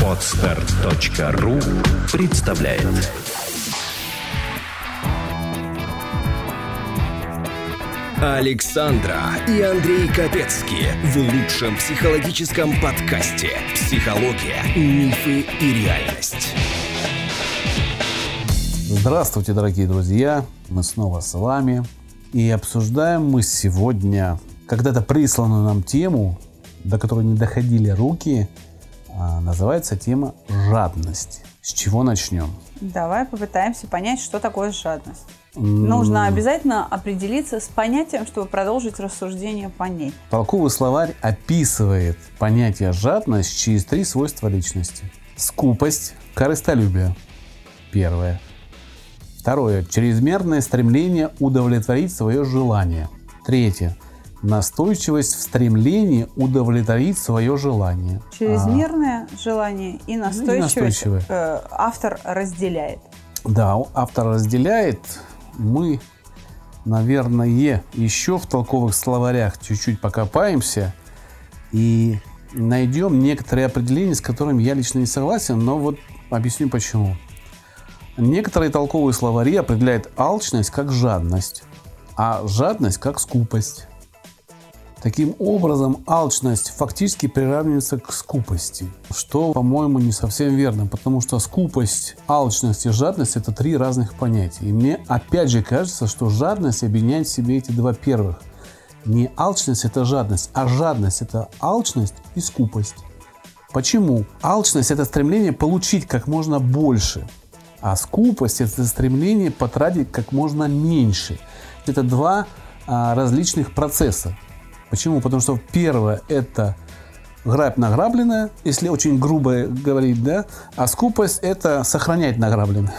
Podster.ru представляет. Александра и Андрей Капецки в лучшем психологическом подкасте «Психология, мифы и реальность». Здравствуйте, дорогие друзья! Мы снова с вами. И обсуждаем мы сегодня когда-то присланную нам тему, до которой не доходили руки. Называется тема «Жадность». С чего начнем? Давай попытаемся понять, что такое жадность. Нужно обязательно определиться с понятием, чтобы продолжить рассуждение по ней. Толковый словарь описывает понятие «жадность» через 3 свойства личности. Скупость, корыстолюбие. Первое. Второе. Чрезмерное стремление удовлетворить свое желание. Третье. Настойчивость в стремлении удовлетворить свое желание. Чрезмерное желание и настойчивость автор разделяет. Да, автор разделяет. Мы, наверное, еще в толковых словарях чуть-чуть покопаемся и найдем некоторые определения, с которыми я лично не согласен, но вот объясню почему. Некоторые толковые словари определяют алчность как жадность, а жадность как скупость. Таким образом, алчность фактически приравнивается к скупости, что, по-моему, не совсем верно, потому что скупость, алчность и жадность – это 3 разных понятия. И мне опять же кажется, что жадность объединяет в себе эти 2 первых. Не алчность – это жадность, а жадность – это алчность и скупость. Почему? Алчность – это стремление получить как можно больше, а скупость – это стремление потратить как можно меньше. Это 2 различных процесса. Почему? Потому что первое – это грабь награбленное, если очень грубо говорить, да, а скупость – это сохранять награбленное.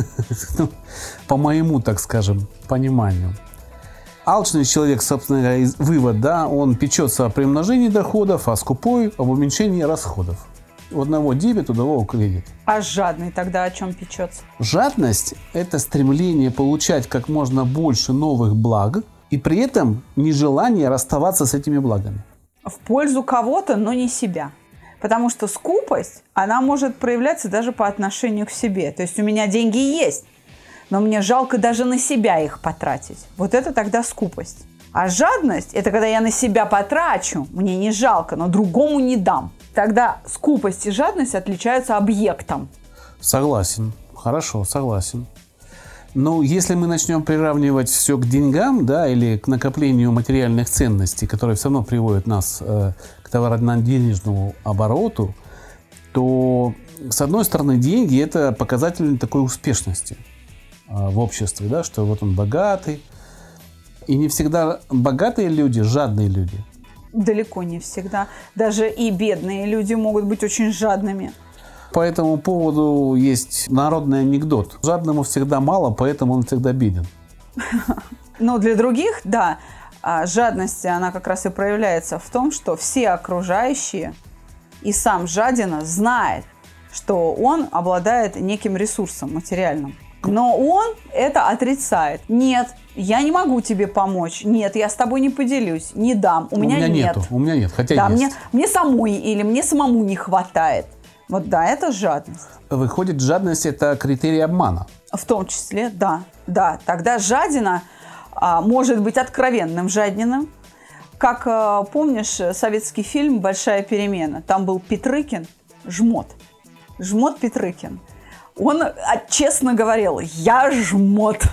По моему, так скажем, пониманию. Алчный человек, собственно говоря, вывод, да, он печется о приумножении доходов, а скупой – об уменьшении расходов. У одного дебет, у другого кредит. А жадный тогда о чем печется? Жадность – это стремление получать как можно больше новых благ, и при этом нежелание расставаться с этими благами. В пользу кого-то, но не себя. Потому что скупость, она может проявляться даже по отношению к себе. То есть у меня деньги есть, но мне жалко даже на себя их потратить. Вот это тогда скупость. А жадность – это когда я на себя потрачу, мне не жалко, но другому не дам. Тогда скупость и жадность отличаются объектом. Согласен. Хорошо, согласен. Но если мы начнем приравнивать все к деньгам, да, или к накоплению материальных ценностей, которые все равно приводят нас к товарно-денежному обороту, то, с одной стороны, деньги – это показатель такой успешности в обществе, да, что вот он богатый. И не всегда богатые люди – жадные люди. Далеко не всегда. Даже и бедные люди могут быть очень жадными. По этому поводу есть народный анекдот. Жадному всегда мало, поэтому он всегда беден. Но для других, да, жадность, она как раз и проявляется в том, что все окружающие и сам жадина знает, что он обладает неким ресурсом материальным. Но он это отрицает. Нет, я не могу тебе помочь. Нет, я с тобой не поделюсь, не дам. У меня нет. У меня нет, хотя да, есть. Мне самой или мне самому не хватает. Вот да, это жадность. Выходит, жадность – это критерий обмана. В том числе, да. Да, тогда жадина может быть откровенным жадином. Как помнишь советский фильм «Большая перемена»? Там был Петрыкин, жмот. Жмот Петрыкин. Он честно говорил: «Я жмот».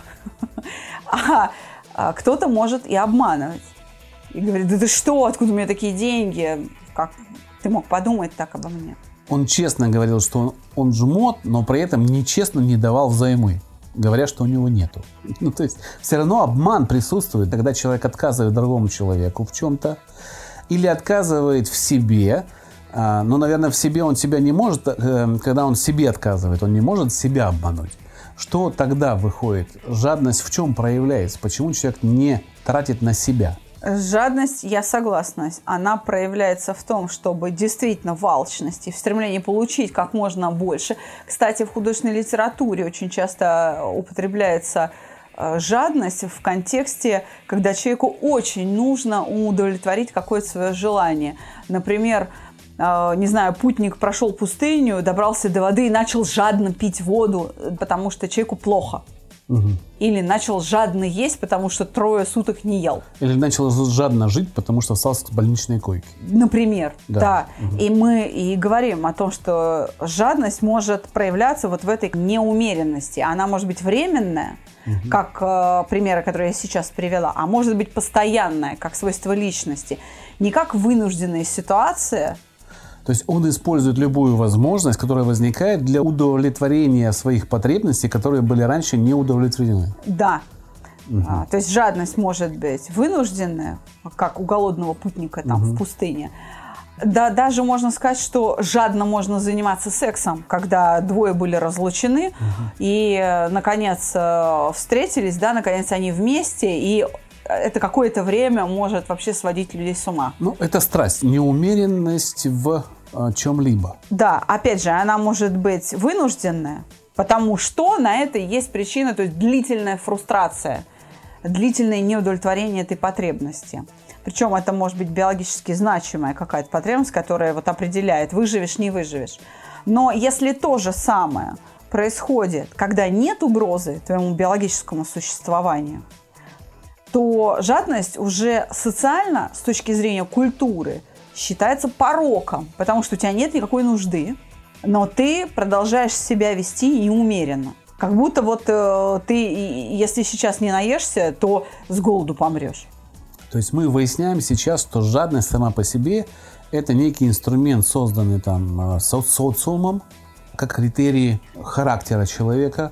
А кто-то может и обманывать. И говорит: «Да ты что, откуда у меня такие деньги? Как ты мог подумать так обо мне?» Он честно говорил, что он жмот, но при этом нечестно не давал взаймы, говоря, что у него нету. Ну, то есть все равно обман присутствует, когда человек отказывает другому человеку в чем-то или отказывает в себе. Но, наверное, в себе он себя не может, когда он себе отказывает, он не может себя обмануть. Что тогда выходит? Жадность в чем проявляется? Почему человек не тратит на себя? Жадность, я согласна, она проявляется в том, чтобы действительно в алчности, в стремлении получить как можно больше. Кстати, в художественной литературе очень часто употребляется жадность в контексте, когда человеку очень нужно удовлетворить какое-то свое желание. Например, не знаю, путник прошел пустыню, добрался до воды и начал жадно пить воду, потому что человеку плохо. Угу. Или начал жадно есть, потому что 3 суток не ел. Или начал жадно жить, потому что остался с больничной койки. Например, да. Угу. И мы и говорим о том, что жадность может проявляться вот в этой неумеренности. Она может быть временная, как примеры, которые я сейчас привела, а может быть постоянная, как свойство личности. Не как вынужденная ситуация. То есть он использует любую возможность, которая возникает для удовлетворения своих потребностей, которые были раньше не удовлетворены. Да. То есть жадность может быть вынужденная, как у голодного путника там в пустыне. Да, даже можно сказать, что жадно можно заниматься сексом, когда двое были разлучены и, наконец, встретились, да, наконец они вместе, и это какое-то время может вообще сводить людей с ума. Ну, это страсть, неумеренность в чем-либо. Да, опять же, она может быть вынужденная, потому что на это есть причина, то есть длительная фрустрация, длительное неудовлетворение этой потребности. Причем это может быть биологически значимая какая-то потребность, которая вот определяет, выживешь, не выживешь. Но если то же самое происходит, когда нет угрозы твоему биологическому существованию, то жадность уже социально, с точки зрения культуры, считается пороком, потому что у тебя нет никакой нужды, но ты продолжаешь себя вести неумеренно. Как будто вот ты, если сейчас не наешься, то с голоду помрешь. То есть мы выясняем сейчас, что жадность сама по себе – это некий инструмент, созданный там социумом, как критерий характера человека.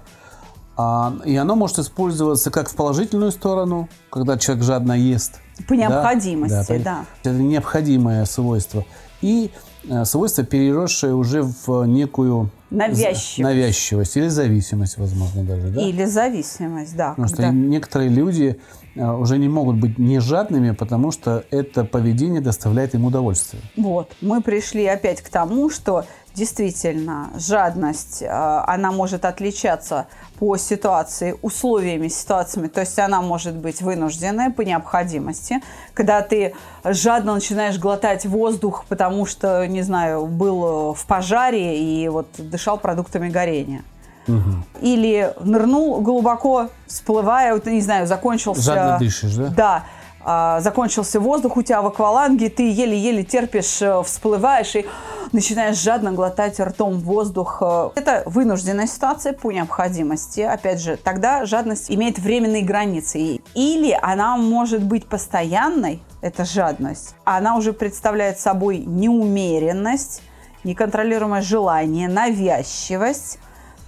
И оно может использоваться как в положительную сторону, когда человек жадно ест. По необходимости, да. Это необходимое свойство. И свойство, переросшее уже в некую навязчивость или зависимость, возможно, даже. Да? Или зависимость, да. Потому что некоторые люди уже не могут быть не жадными, потому что это поведение доставляет им удовольствие. Вот. Мы пришли опять к тому, что действительно жадность, она может отличаться по ситуации, условиями, ситуациями. То есть она может быть вынужденная по необходимости, когда ты жадно начинаешь глотать воздух, потому что, не знаю, был в пожаре и вот дышал продуктами горения. Угу. Или нырнул глубоко, всплывая, не знаю, закончился... Жадно дышишь, да? Да. Закончился воздух у тебя в акваланге, ты еле-еле терпишь, всплываешь и начинаешь жадно глотать ртом воздух. Это вынужденная ситуация по необходимости. Опять же, тогда жадность имеет временные границы. Или она может быть постоянной, это жадность, а она уже представляет собой неумеренность, неконтролируемое желание, навязчивость,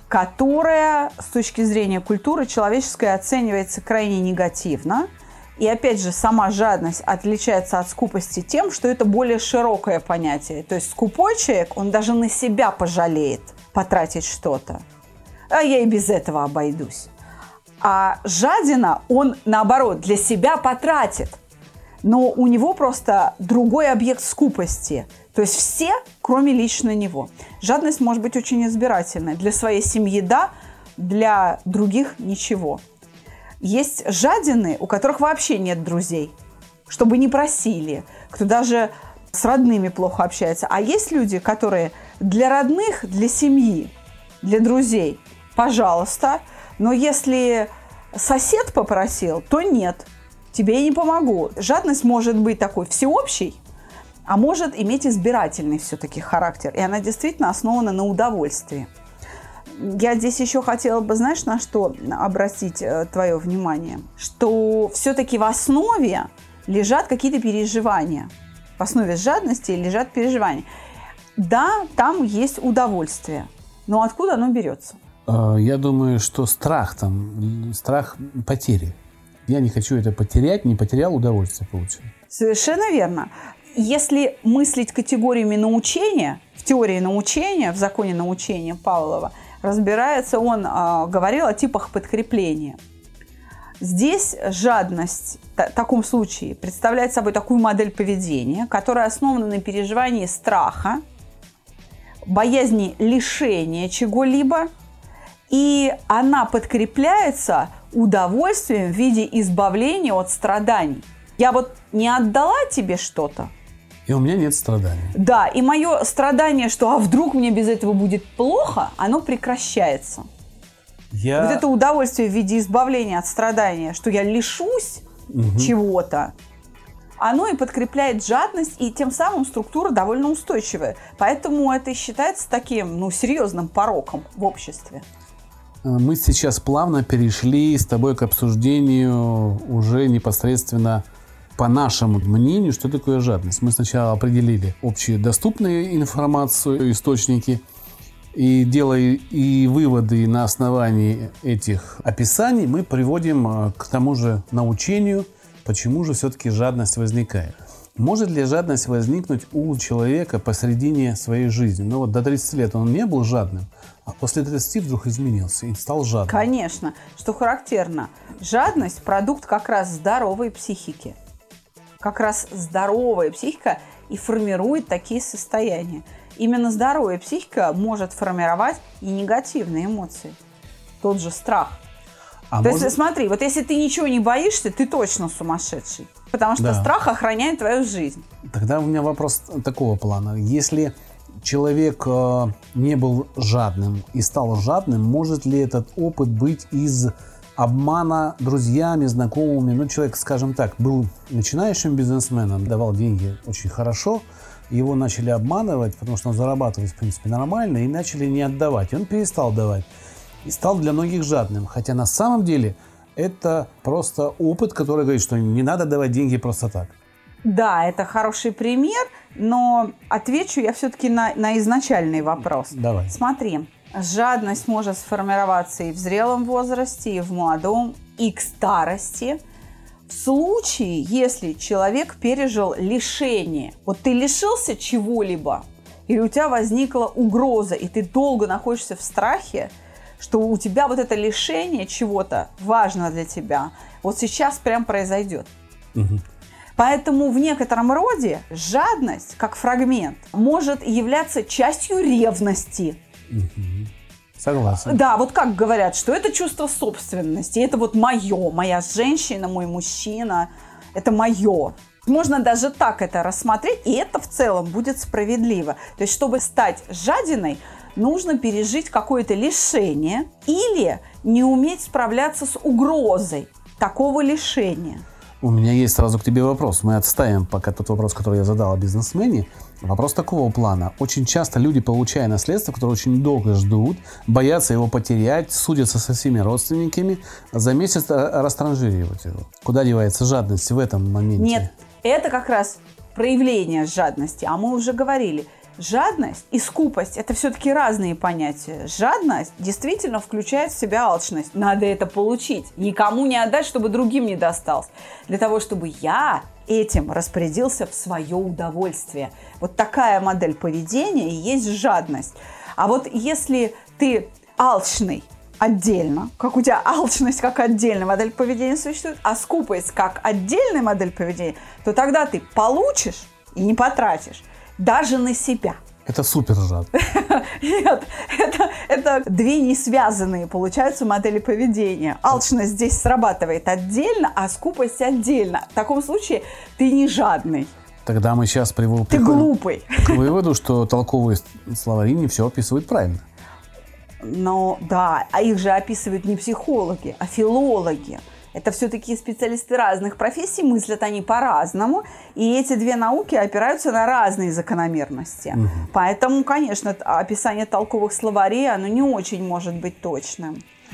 которая с точки зрения культуры человеческой оценивается крайне негативно. И опять же, сама жадность отличается от скупости тем, что это более широкое понятие. То есть скупой человек, он даже на себя пожалеет потратить что-то. А я и без этого обойдусь. А жадина, он наоборот для себя потратит. Но у него просто другой объект скупости. То есть все, кроме лично него. Жадность может быть очень избирательной. Для своей семьи – да, для других – ничего. Есть жадины, у которых вообще нет друзей, чтобы не просили, кто даже с родными плохо общается. А есть люди, которые для родных, для семьи, для друзей – пожалуйста. Но если сосед попросил, то нет, тебе я не помогу. Жадность может быть такой всеобщей, а может иметь избирательный все-таки характер. И она действительно основана на удовольствии. Я здесь еще хотела бы, знаешь, на что обратить твое внимание? Что все-таки в основе лежат какие-то переживания. В основе жадности лежат переживания. Да, там есть удовольствие. Но откуда оно берется? Я думаю, что страх потери. Я не хочу это потерять, не потерял, удовольствие получил. Совершенно верно. Если мыслить категориями научения, в теории научения, в законе научения Павлова, разбирается, он говорил о типах подкрепления. Здесь жадность в таком случае представляет собой такую модель поведения, которая основана на переживании страха, боязни лишения чего-либо, и она подкрепляется удовольствием в виде избавления от страданий. Я вот не отдала тебе что-то, И у меня нет страданий. Да, и мое страдание, что вдруг мне без этого будет плохо, оно прекращается. Вот это удовольствие в виде избавления от страдания, что я лишусь чего-то, оно и подкрепляет жадность, и тем самым структура довольно устойчивая. Поэтому это считается таким, серьезным пороком в обществе. Мы сейчас плавно перешли с тобой к обсуждению уже непосредственно по нашему мнению, что такое жадность. Мы сначала определили общедоступную информацию, источники, и делая и выводы на основании этих описаний, мы приводим к тому же научению, почему же все-таки жадность возникает. Может ли жадность возникнуть у человека посредине своей жизни? Вот до 30 лет он не был жадным, а после 30 вдруг изменился и стал жадным. Конечно. Что характерно, жадность – продукт как раз здоровой психики. Как раз здоровая психика и формирует такие состояния. Именно здоровая психика может формировать и негативные эмоции. Тот же страх. Есть, смотри, вот если ты ничего не боишься, ты точно сумасшедший. Потому что страх охраняет твою жизнь. Тогда у меня вопрос такого плана. Если человек не был жадным и стал жадным, может ли этот опыт быть из обмана друзьями, знакомыми? Человек, скажем так, был начинающим бизнесменом, давал деньги очень хорошо, его начали обманывать, потому что он зарабатывает, в принципе, нормально, и начали не отдавать. И он перестал давать. И стал для многих жадным. Хотя на самом деле это просто опыт, который говорит, что не надо давать деньги просто так. Да, это хороший пример, но отвечу я все-таки на изначальный вопрос. Давай. Смотри, жадность может сформироваться и в зрелом возрасте, и в молодом, и к старости. В случае, если человек пережил лишение, вот ты лишился чего-либо, или у тебя возникла угроза, и ты долго находишься в страхе, что у тебя вот это лишение чего-то важно для тебя, вот сейчас прям произойдет. Поэтому в некотором роде жадность, как фрагмент, может являться частью ревности. Согласен. Да, вот как говорят, что это чувство собственности, это вот мое, моя женщина, мой мужчина, это мое. Можно даже так это рассмотреть, и это в целом будет справедливо. То есть, чтобы стать жадиной, нужно пережить какое-то лишение или не уметь справляться с угрозой такого лишения. У меня есть сразу к тебе вопрос. Мы отставим пока тот вопрос, который я задал о бизнесмене. Вопрос такого плана. Очень часто люди, получая наследство, которые очень долго ждут, боятся его потерять, судятся со всеми родственниками, за месяц растранжиривают его. Куда девается жадность в этом моменте? Нет, это как раз проявление жадности. А мы уже говорили, жадность и скупость – это все-таки разные понятия. Жадность действительно включает в себя алчность. Надо это получить. Никому не отдать, чтобы другим не досталось. Для того, чтобы я этим распорядился в свое удовольствие. Вот такая модель поведения и есть жадность. А вот если ты алчный отдельно, как у тебя алчность как отдельная модель поведения существует, а скупость как отдельная модель поведения, то тогда ты получишь и не потратишь. Даже на себя. Это супер жадно. Нет, это две несвязанные, получаются, модели поведения. Алчность здесь срабатывает отдельно, а скупость отдельно. В таком случае ты не жадный. Тогда мы сейчас Ты глупый. К выводу, что толковые словари не все описывают правильно. Ну да, а их же описывают не психологи, а филологи. Это все-таки специалисты разных профессий, мыслят они по-разному, и эти две науки опираются на разные закономерности. Поэтому, конечно, описание толковых словарей, оно не очень может быть точным.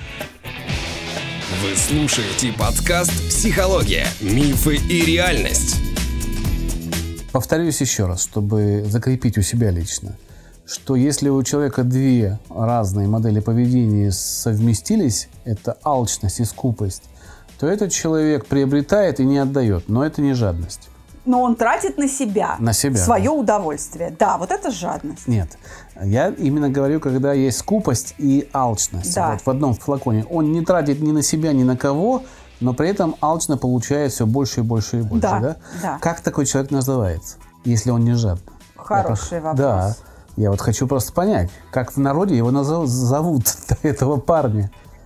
Вы слушаете подкаст «Психология. Мифы и реальность». Повторюсь еще раз, чтобы закрепить у себя лично, что если у человека две разные модели поведения совместились, это алчность и скупость, то этот человек приобретает и не отдает, но это не жадность. Но он тратит на себя, свое удовольствие. Да, вот это жадность. Нет, я именно говорю, когда есть скупость и алчность. Да. Вот в одном флаконе. Он не тратит ни на себя, ни на кого, но при этом алчно получает все больше и больше и больше. Да. Как такой человек называется, если он не жадный? Хороший вопрос. Да, я вот хочу просто понять, как в народе его зовут, этого парня.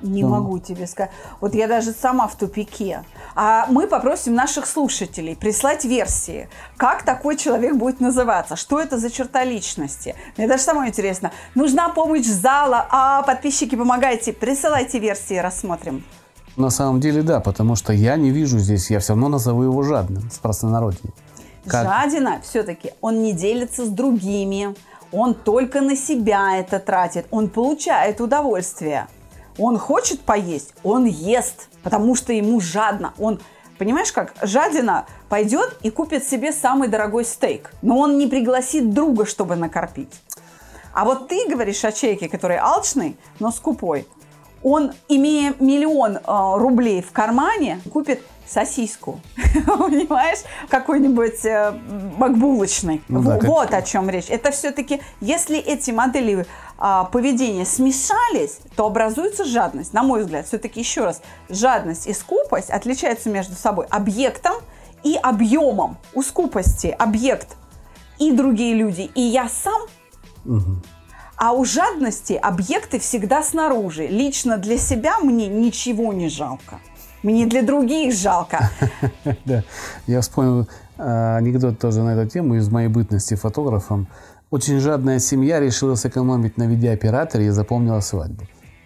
Не могу тебе сказать. Вот я даже сама в тупике. А мы попросим наших слушателей прислать версии, как такой человек будет называться, что это за черта личности. Мне даже самое интересно. Нужна помощь зала, подписчики, помогайте, присылайте версии, рассмотрим. На самом деле, да, потому что я не вижу здесь, я все равно назову его жадным, с простонародьем. Жадина все-таки, он не делится с другими, он только на себя это тратит, он получает удовольствие. Он хочет поесть, он ест, потому что ему жадно. Он, понимаешь, как жадина пойдет и купит себе самый дорогой стейк, но он не пригласит друга, чтобы накормить. А вот ты говоришь о человеке, который алчный, но скупой. Он, имея 1 000 000 рублей в кармане, купит сосиску, понимаешь, какой-нибудь макбулочный. Ну, да, вот о чем речь. Это все-таки, если эти модели поведения смешались, то образуется жадность. На мой взгляд, все-таки еще раз, жадность и скупость отличаются между собой объектом и объемом. У скупости объект и другие люди, и я сам. А у жадности объекты всегда снаружи. Лично для себя мне ничего не жалко. Мне для других жалко. Да, я вспомнил анекдот тоже на эту тему из моей бытности фотографом. Очень жадная семья решила сэкономить на видеооператоре и запомнила свадьбу.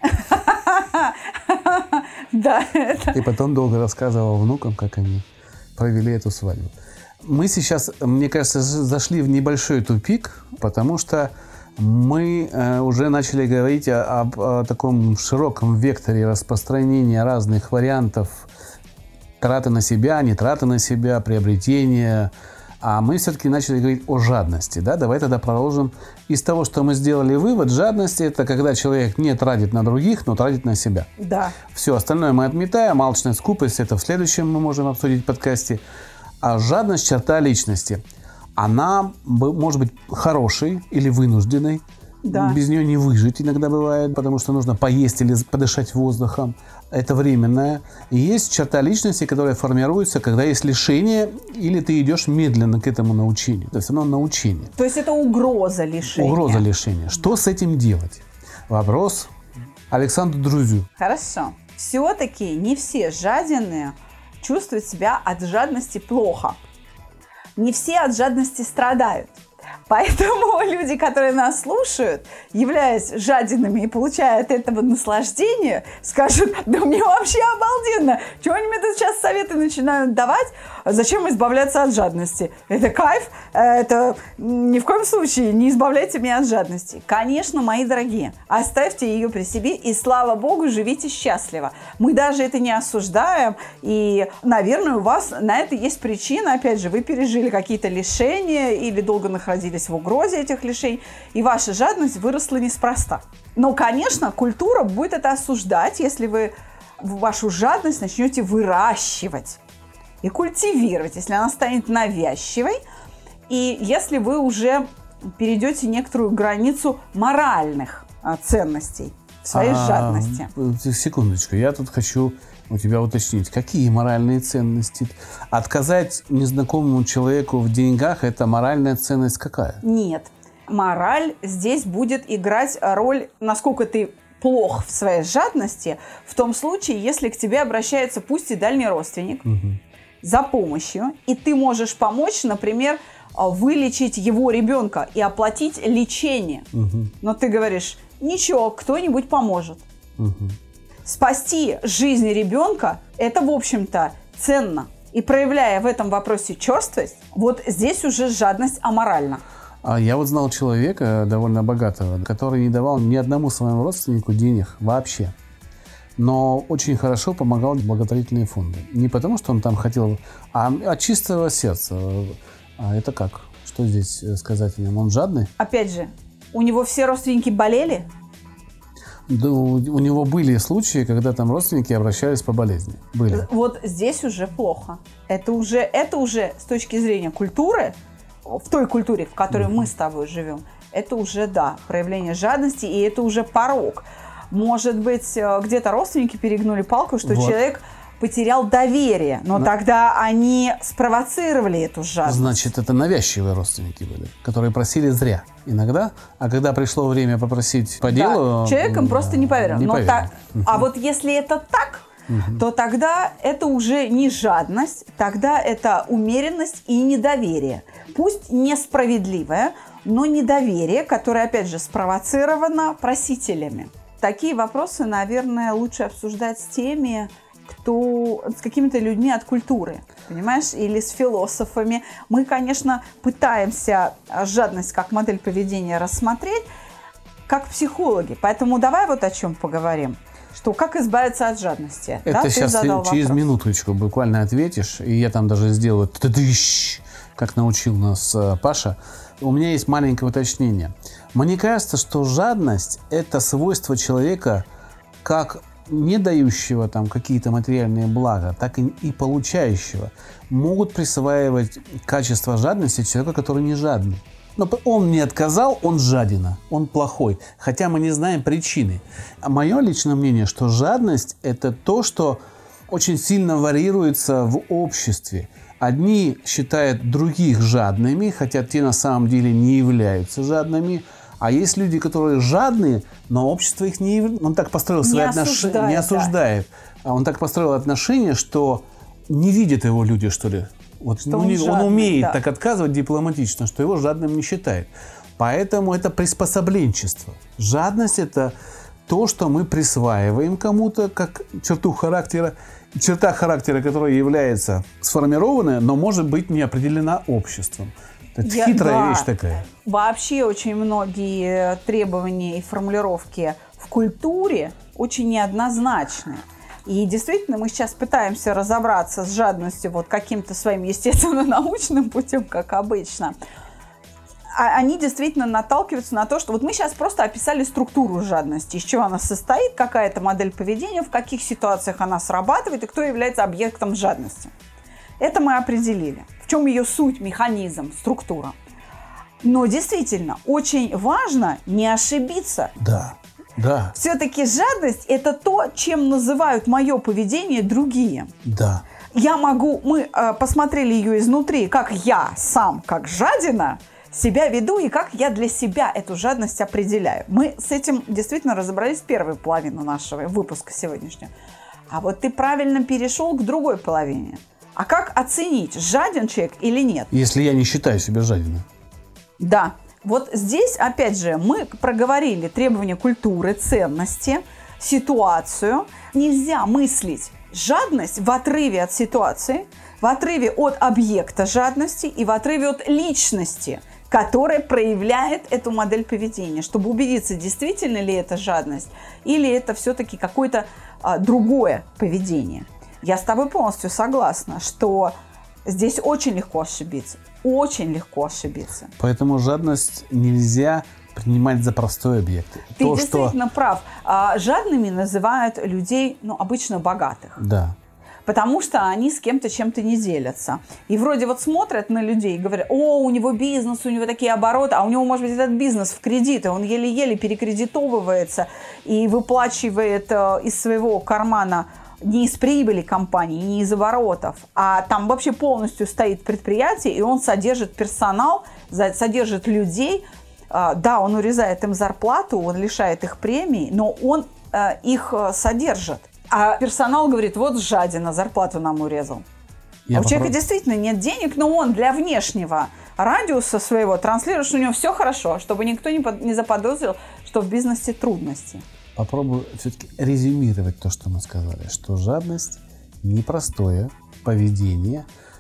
Да. И потом долго рассказывала внукам, как они провели эту свадьбу. Мы сейчас, мне кажется, зашли в небольшой тупик, потому что мы уже начали говорить о таком широком векторе распространения разных вариантов траты на себя, не траты на себя, приобретения. А мы все-таки начали говорить о жадности. Да? Давай тогда продолжим. Из того, что мы сделали вывод, жадность – это когда человек не тратит на других, но тратит на себя. Да. Все остальное мы отметаем. Алчность, скупость – это в следующем мы можем обсудить в подкасте. А жадность – черта личности. Она может быть хорошей или вынужденной. Да. Без нее не выжить иногда бывает, потому что нужно поесть или подышать воздухом. Это временное. И есть черта личности, которая формируется, когда есть лишение, или ты идешь медленно к этому научению. То есть оно научение. То есть это угроза лишения. Угроза лишения. Что с этим делать? Вопрос Александру Друзю. Хорошо. Все-таки не все жадины чувствуют себя от жадности плохо. Не все от жадности страдают. Поэтому люди, которые нас слушают, являясь жадинами и получая от этого наслаждение, скажут: да мне вообще обалденно, чего они мне тут сейчас советы начинают давать, зачем избавляться от жадности? Это кайф, это ни в коем случае не избавляйте меня от жадности. Конечно, мои дорогие, оставьте ее при себе и, слава богу, живите счастливо. Мы даже это не осуждаем, и, наверное, у вас на это есть причина. Опять же, вы пережили какие-то лишения или долго находились в угрозе этих лишений, и ваша жадность выросла неспроста. Но, конечно, культура будет это осуждать, если вы вашу жадность начнете выращивать и культивировать, если она станет навязчивой, и если вы уже перейдете некоторую границу моральных ценностей в своей жадности. Секундочку, я тут хочу у тебя уточнить, какие моральные ценности? Отказать незнакомому человеку в деньгах – это моральная ценность какая? Нет. Мораль здесь будет играть роль, насколько ты плох в своей жадности, в том случае, если к тебе обращается пусть и дальний родственник за помощью, и ты можешь помочь, например, вылечить его ребенка и оплатить лечение. Но ты говоришь: ничего, кто-нибудь поможет. Спасти жизнь ребенка – это, в общем-то, ценно. И проявляя в этом вопросе черствость, вот здесь уже жадность аморальна. А я вот знал человека довольно богатого, который не давал ни одному своему родственнику денег вообще. Но очень хорошо помогал благотворительные фонды. Не потому, что он там хотел, а от чистого сердца. А это как? Что здесь сказать о нем? Он жадный? Опять же, у него все родственники болели? Да, у него были случаи, когда там родственники обращались по болезни. Были. Вот здесь уже плохо. Это уже с точки зрения культуры, в той культуре, в которой мы с тобой живем, это уже, да, проявление жадности, и это уже порог. Может быть, где-то родственники перегнули палку, что человек потерял доверие. Но тогда они спровоцировали эту жадность. Значит, это навязчивые родственники были, которые просили зря иногда, а когда пришло время попросить по делу... Человек им просто не поверил. Не поверил. А вот если это так, то тогда это уже не жадность, тогда это умеренность и недоверие. Пусть несправедливое, но недоверие, которое, опять же, спровоцировано просителями. Такие вопросы, наверное, лучше обсуждать с теми, с какими-то людьми от культуры, понимаешь, или с философами. Мы, конечно, пытаемся жадность как модель поведения рассмотреть, как психологи. Поэтому давай вот о чем поговорим. Что как избавиться от жадности? Это да, сейчас через минуточку буквально ответишь, и я там даже сделаю тадыщ, как научил нас Паша. У меня есть маленькое уточнение. Мне кажется, что жадность – это свойство человека как не дающего там какие-то материальные блага, так и получающего. Могут присваивать качество жадности человека, который не жадный. Но он не отказал, он жадина, он плохой. Хотя мы не знаем причины. А мое личное мнение, что жадность – это то, что очень сильно варьируется в обществе. Одни считают других жадными, хотя те на самом деле не являются жадными. А есть люди, которые жадные, но общество их не является. Он так построил свои отношения, не осуждает. Да. Он так построил отношения, что не видят его люди, что ли. Вот, он умеет так отказывать дипломатично, что его жадным не считает. Поэтому это приспособленчество. Жадность – это то, что мы присваиваем кому-то как черту характера, черта характера, которая является сформированная, но может быть не определена обществом. Это хитрая вещь такая. Вообще очень многие требования и формулировки в культуре очень неоднозначны. И действительно, мы сейчас пытаемся разобраться с жадностью вот каким-то своим естественно-научным путем, как обычно. Они действительно наталкиваются на то, что вот мы сейчас просто описали структуру жадности, из чего она состоит, какая-то модель поведения, в каких ситуациях она срабатывает и кто является объектом жадности. Это мы определили. В чем ее суть, механизм, структура. Но действительно, очень важно не ошибиться. Да. Все-таки жадность – это то, чем называют мое поведение другие. Да. Мы посмотрели ее изнутри, как я сам, как жадина, себя веду и как я для себя эту жадность определяю. Мы с этим действительно разобрались в первой половине нашего выпуска сегодняшнего. А вот ты правильно перешел к другой половине. А как оценить, жаден человек или нет? Если я не считаю себя жадиной. Да. Вот здесь, опять же, мы проговорили требования культуры, ценности, ситуацию. Нельзя мыслить жадность в отрыве от ситуации, в отрыве от объекта жадности и в отрыве от личности, которая проявляет эту модель поведения, чтобы убедиться, действительно ли это жадность или это все-таки какое-то другое поведение. Я с тобой полностью согласна, что здесь очень легко ошибиться. Очень легко ошибиться. Поэтому жадность нельзя принимать за простой объект. Ты действительно прав. Жадными называют людей, обычно богатых. Да. Потому что они с кем-то чем-то не делятся. И вроде вот смотрят на людей и говорят: о, у него бизнес, у него такие обороты, а у него, может быть, этот бизнес в кредиты, он еле-еле перекредитовывается и выплачивает из своего кармана не из прибыли компании, не из оборотов, а там вообще полностью стоит предприятие, и он содержит персонал, содержит людей. Да, он урезает им зарплату, он лишает их премий, но он их содержит. А персонал говорит: вот жадина, зарплату нам урезал. У человека действительно нет денег, но он для внешнего радиуса своего транслирует, что у него все хорошо, чтобы никто не заподозрил, что в бизнесе трудности. Попробую все-таки резюмировать то, что мы сказали, что жадность – непростое поведение,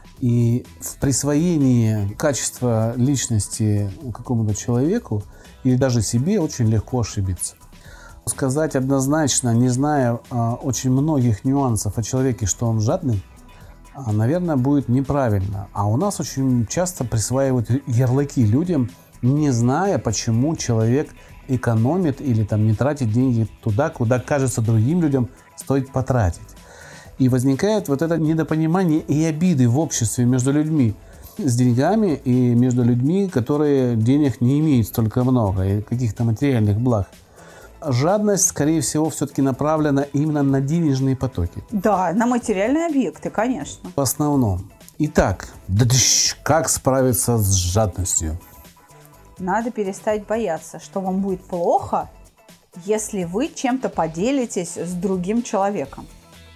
и в присвоении качества личности какому-то человеку или даже себе очень легко ошибиться. Сказать однозначно, не зная очень многих нюансов о человеке, что он жадный, наверное, будет неправильно. А у нас очень часто присваивают ярлыки людям, не зная, почему человек экономит или там не тратит деньги туда, куда, кажется, другим людям стоит потратить. И возникает вот это недопонимание и обиды в обществе между людьми с деньгами и между людьми, которые денег не имеют столько много и каких-то материальных благ. жадность, скорее всего, все-таки направлена именно на денежные потоки. Да, на материальные объекты, конечно. В основном. Итак, как справиться с жадностью? Надо перестать бояться, что вам будет плохо, если вы чем-то поделитесь с другим человеком.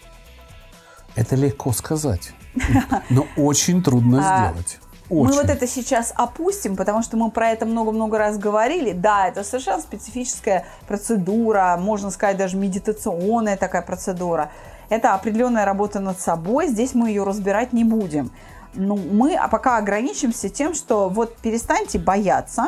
Это легко сказать, но очень трудно сделать. Мы вот это сейчас опустим, потому что мы про это много-много раз говорили. Да, это совершенно специфическая процедура, можно сказать, даже медитационная такая процедура. Это определенная работа над собой, здесь мы ее разбирать не будем. Но мы пока ограничимся тем, что вот перестаньте бояться,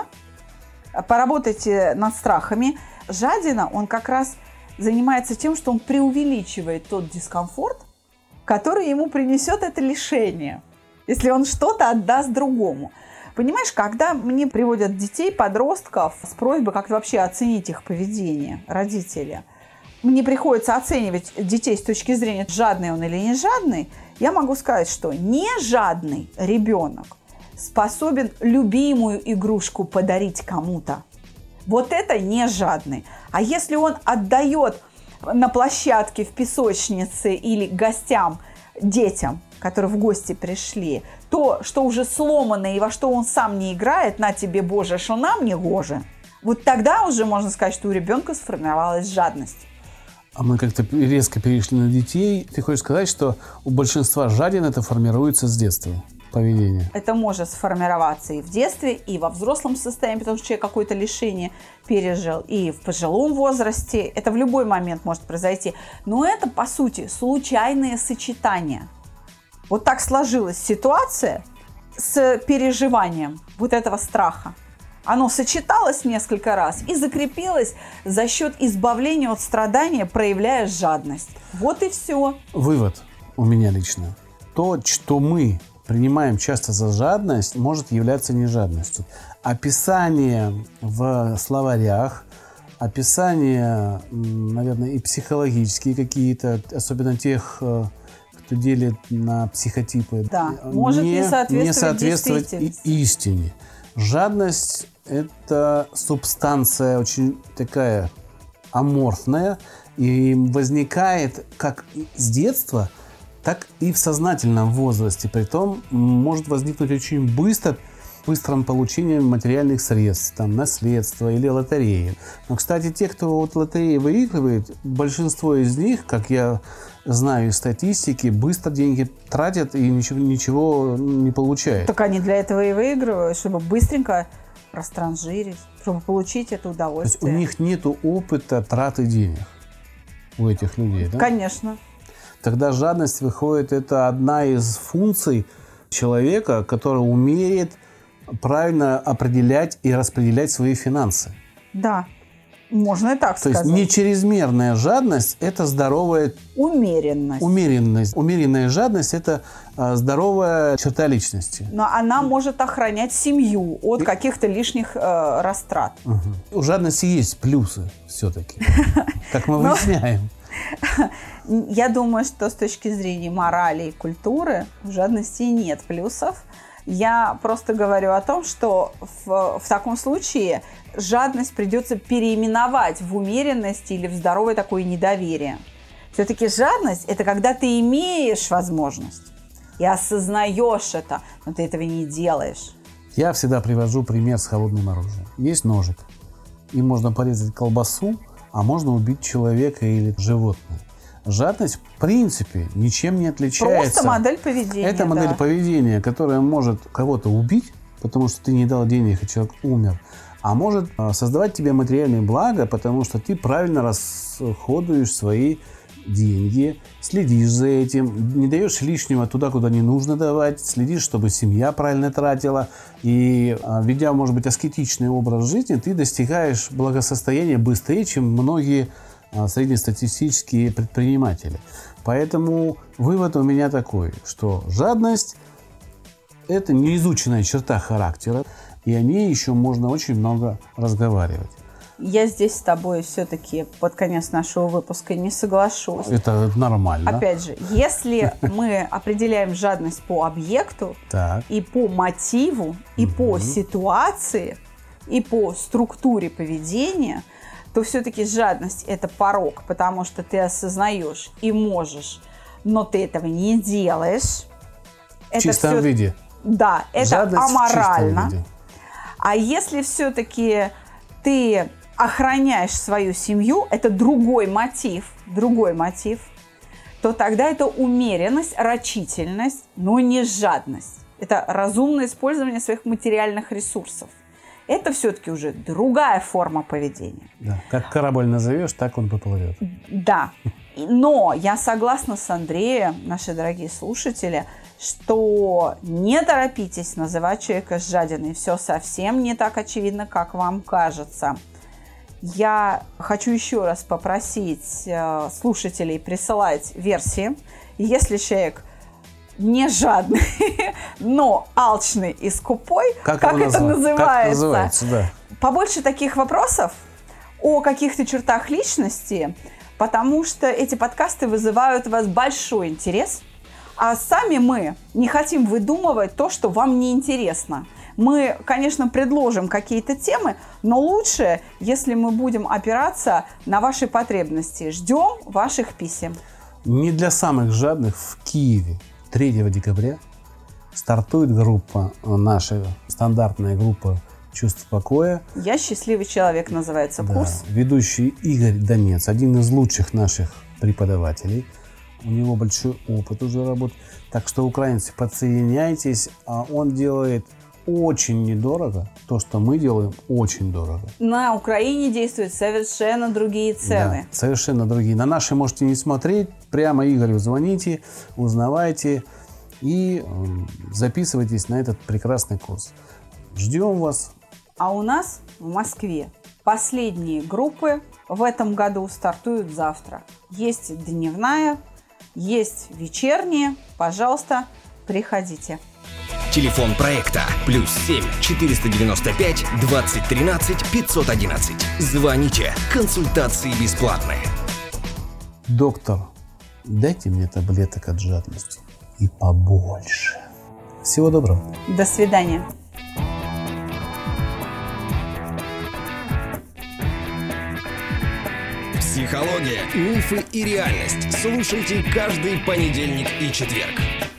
поработайте над страхами. Жадина, он как раз занимается тем, что он преувеличивает тот дискомфорт, который ему принесет это лишение, если он что-то отдаст другому. Понимаешь, когда мне приводят детей, подростков с просьбой как-то вообще оценить их поведение, родители, мне приходится оценивать детей с точки зрения, жадный он или не жадный, я могу сказать, что не жадный ребенок способен любимую игрушку подарить кому-то. Вот это не жадный. А если он отдает на площадке, в песочнице или гостям, детям, которые в гости пришли, то, что уже сломано и во что он сам не играет, на тебе, Боже, что нам не гоже, вот тогда уже можно сказать, что у ребенка сформировалась жадность. А мы как-то резко перешли на детей. Ты хочешь сказать, что у большинства жадин это формируется с детства? Поведение. Это может сформироваться и в детстве, и во взрослом состоянии, потому что человек какое-то лишение пережил, и в пожилом возрасте. Это в любой момент может произойти. Но это, по сути, случайные сочетания. Вот так сложилась ситуация с переживанием вот этого страха. Оно сочеталось несколько раз и закрепилось за счет избавления от страдания, проявляя жадность. Вот и все. Вывод у меня лично. То, что мы принимаем часто за жадность, может являться не жадностью. Описание в словарях, описание, наверное, и психологические какие-то, особенно тех, кто делит на психотипы, да, может не соответствовать истине. Жадность – это субстанция очень такая аморфная и возникает как с детства, так и в сознательном возрасте. Притом может возникнуть очень быстрым получением материальных средств, там, наследства или лотереи. Но, кстати, те, кто от лотереи выигрывает, большинство из них, как я знаю из статистики, быстро деньги тратят и ничего не получают. Так они для этого и выигрывают, чтобы быстренько растранжирить, чтобы получить это удовольствие. То есть у них нет опыта траты денег у этих людей, да? Конечно. Тогда жадность выходит, это одна из функций человека, который умеет правильно определять и распределять свои финансы. Да, можно и так сказать. То есть не чрезмерная жадность – это здоровая умеренность. Умеренная жадность – это здоровая черта личности. Но она может охранять семью от каких-то лишних растрат. Угу. У жадности есть плюсы все-таки, как мы выясняем. Я думаю, что с точки зрения морали и культуры в жадности нет плюсов. Я просто говорю о том, что в таком случае жадность придется переименовать в умеренность или в здоровое такое недоверие. Все-таки жадность – это когда ты имеешь возможность и осознаешь это, но ты этого не делаешь. Я всегда привожу пример с холодным оружием. Есть ножик, им можно порезать колбасу, а можно убить человека или животное. Жадность, в принципе, ничем не отличается. Просто модель поведения. Это модель поведения, которая может кого-то убить, потому что ты не дал денег, и человек умер. А может создавать тебе материальные блага, потому что ты правильно расходуешь свои деньги, следишь за этим, не даешь лишнего туда, куда не нужно давать, следишь, чтобы семья правильно тратила. И, ведя, может быть, аскетичный образ жизни, ты достигаешь благосостояния быстрее, чем многие среднестатистические предприниматели. Поэтому вывод у меня такой, что жадность – это неизученная черта характера, и о ней еще можно очень много разговаривать. Я здесь с тобой все-таки под конец нашего выпуска не соглашусь. Это нормально. Опять же, если мы определяем жадность по объекту, и по мотиву, и по ситуации, и по структуре поведения, то все-таки жадность – это порок, потому что ты осознаешь и можешь, но ты этого не делаешь. В чистом виде. Да, это жадность аморально. В чистом виде. А если все-таки ты охраняешь свою семью, это другой мотив, то тогда это умеренность, рачительность, но не жадность. Это разумное использование своих материальных ресурсов. Это все-таки уже другая форма поведения. Да. Как корабль назовешь, так он поплывет. Да. Но я согласна с Андреем, наши дорогие слушатели, что не торопитесь называть человека жадиной. Все совсем не так очевидно, как вам кажется. Я хочу еще раз попросить слушателей присылать версии. Если человек не жадный, но алчный и скупой, как это называется? Да. Побольше таких вопросов о каких-то чертах личности, потому что эти подкасты вызывают у вас большой интерес, а сами мы не хотим выдумывать то, что вам не интересно. Мы, конечно, предложим какие-то темы, но лучше, если мы будем опираться на ваши потребности. Ждем ваших писем. Не для самых жадных в Киеве 3 декабря стартует группа, наша стандартная группа «Чувство покоя». «Я счастливый человек» называется курс. Да. Ведущий Игорь Донец, один из лучших наших преподавателей. У него большой опыт уже работы. Так что, украинцы, подсоединяйтесь. Он делает очень недорого. То, что мы делаем, очень дорого. На Украине действуют совершенно другие цены. Да, совершенно другие. На наши можете не смотреть. Прямо Игорю звоните, узнавайте и записывайтесь на этот прекрасный курс. Ждем вас. А у нас в Москве последние группы в этом году стартуют завтра. Есть дневная, есть вечерние. Пожалуйста, приходите. Телефон проекта +7 495 2013 511. Звоните. Консультации бесплатные. Доктор, дайте мне таблеток от жадности. И побольше. Всего доброго. До свидания. Психология, мифы и реальность. Слушайте каждый понедельник и четверг.